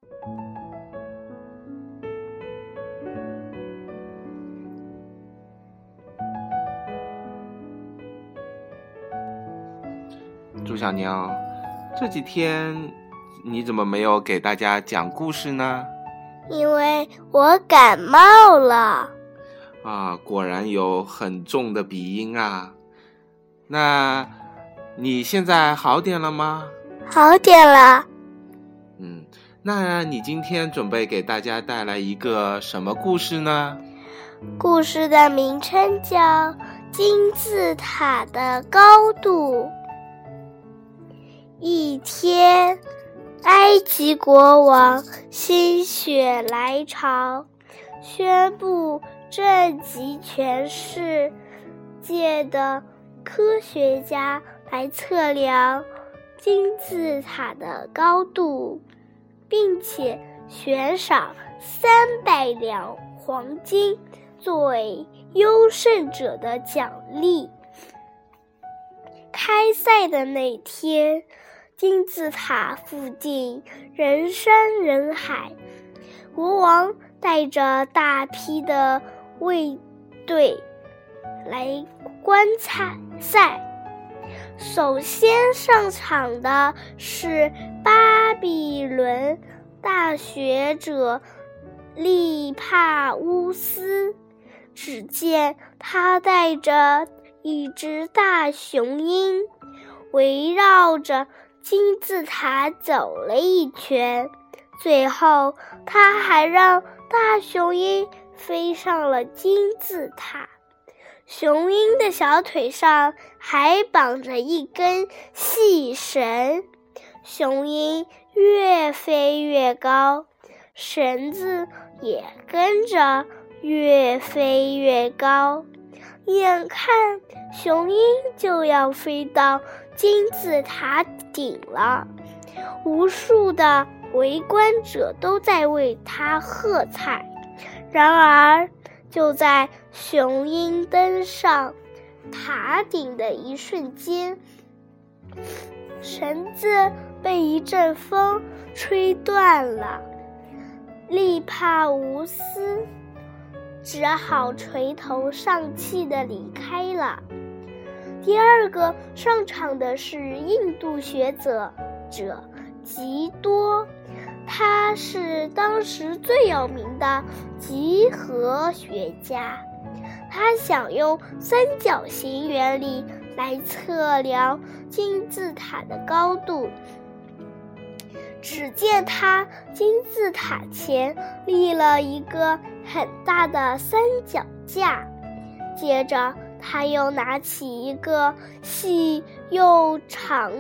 猪小妞，这几天你怎么没有给大家讲故事呢？ 因为我感冒了。 果然有很重的鼻音啊。那你现在好点了吗？ 好点了。 那你今天准备给大家带来一个什么故事呢？ 故事的名称叫《金字塔的高度》。一天，埃及国王心血来潮，宣布召集全世界的科学家来测量金字塔的高度，并且悬赏300两黄金作为优胜者的奖励。开赛的那天，金字塔附近人山人海，国王带着大批的卫队来观赛。首先上场的是巴比伦大学者利帕乌斯，只见他带着一只大雄鹰，围绕着金字塔走了一圈，最后他还让大雄鹰飞上了金字塔。雄鹰的小腿上还绑着一根细绳，雄鹰越飞越高，绳子也跟着越飞越高。眼看雄鹰就要飞到金字塔顶了，无数的围观者都在为它喝彩。然而就在雄鹰登上塔顶的一瞬间，绳子被一阵风吹断了，利帕乌斯只好垂头丧气地离开了。第二个上场的是印度学者吉多，他是当时最有名的几何学家。他想用三角形原理来测量金字塔的高度。只见他金字塔前立了一个很大的三脚架，接着他又拿起一个又细又长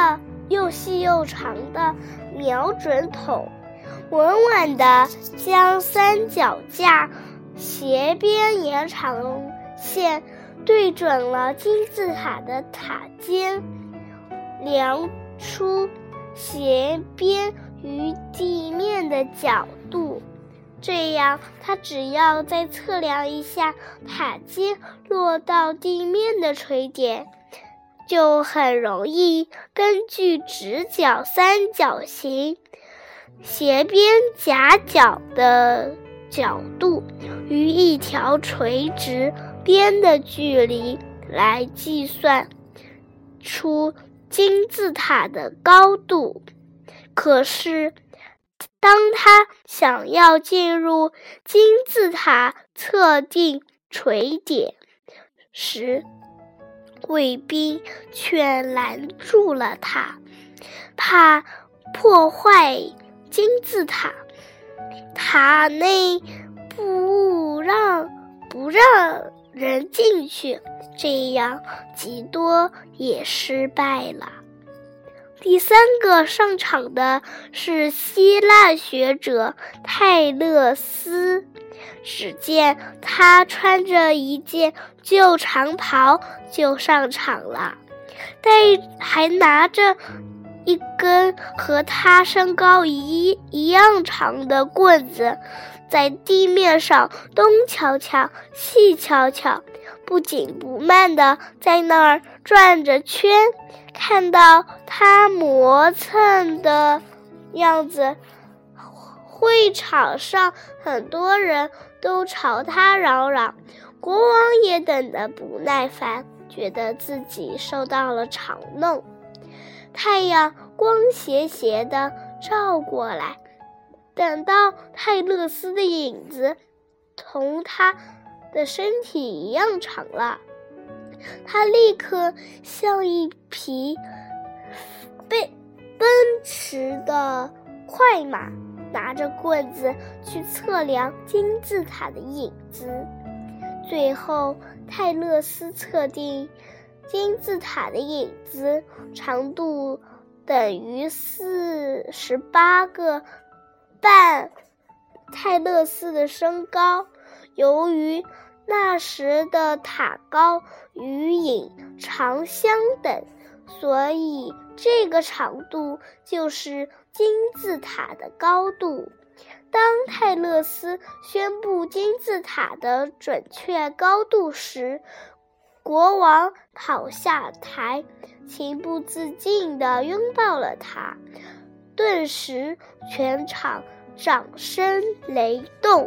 的瞄准筒，稳稳地将三脚架斜边延长线对准了金字塔的塔尖，量出斜边与地面的角度。这样他只要再测量一下塔尖落到地面的垂点，就很容易根据直角三角形斜边夹角的角度与一条垂直边的距离来计算出金字塔的高度。可是当他想要进入金字塔测定垂点时，卫兵却拦住了他，怕破坏金字塔，塔内不让人进去，这样吉多也失败了。第三个上场的是希腊学者泰勒斯，只见他穿着一件旧长袍就上场了，还拿着一根和他身高一样长的棍子，在地面上东瞧瞧西瞧瞧，不紧不慢地在那儿转着圈。看到他磨蹭的样子， 会场上很多人都朝他嚷嚷，国王也等得不耐烦，觉得自己受到了嘲弄。太阳光斜斜地照过来，等到泰勒斯的影子同他的身体一样长了，他立刻像一匹奔驰的快马，拿着棍子去测量金字塔的影子。最后，泰勒斯测定金字塔的影子长度等于48个半泰勒斯的身高。由于那时的塔高与影长相等，所以这个长度就是金字塔的高度。当泰勒斯宣布金字塔的准确高度时，国王跑下台，情不自禁地拥抱了他。顿时全场掌声雷动。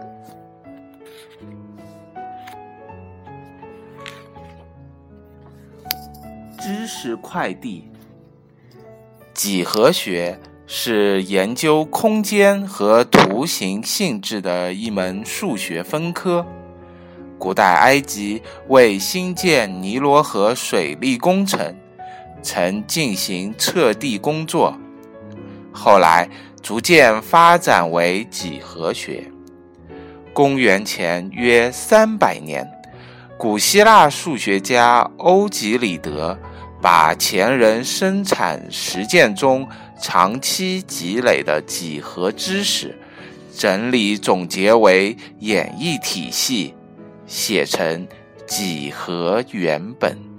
知识快递。几何学是研究空间和图形性质的一门数学分科。古代埃及为兴建尼罗河水利工程，曾进行测地工作，后来逐渐发展为几何学。公元前约300年，古希腊数学家欧几里得把前人生产实践中长期积累的几何知识整理总结为演绎体系，写成几何原本。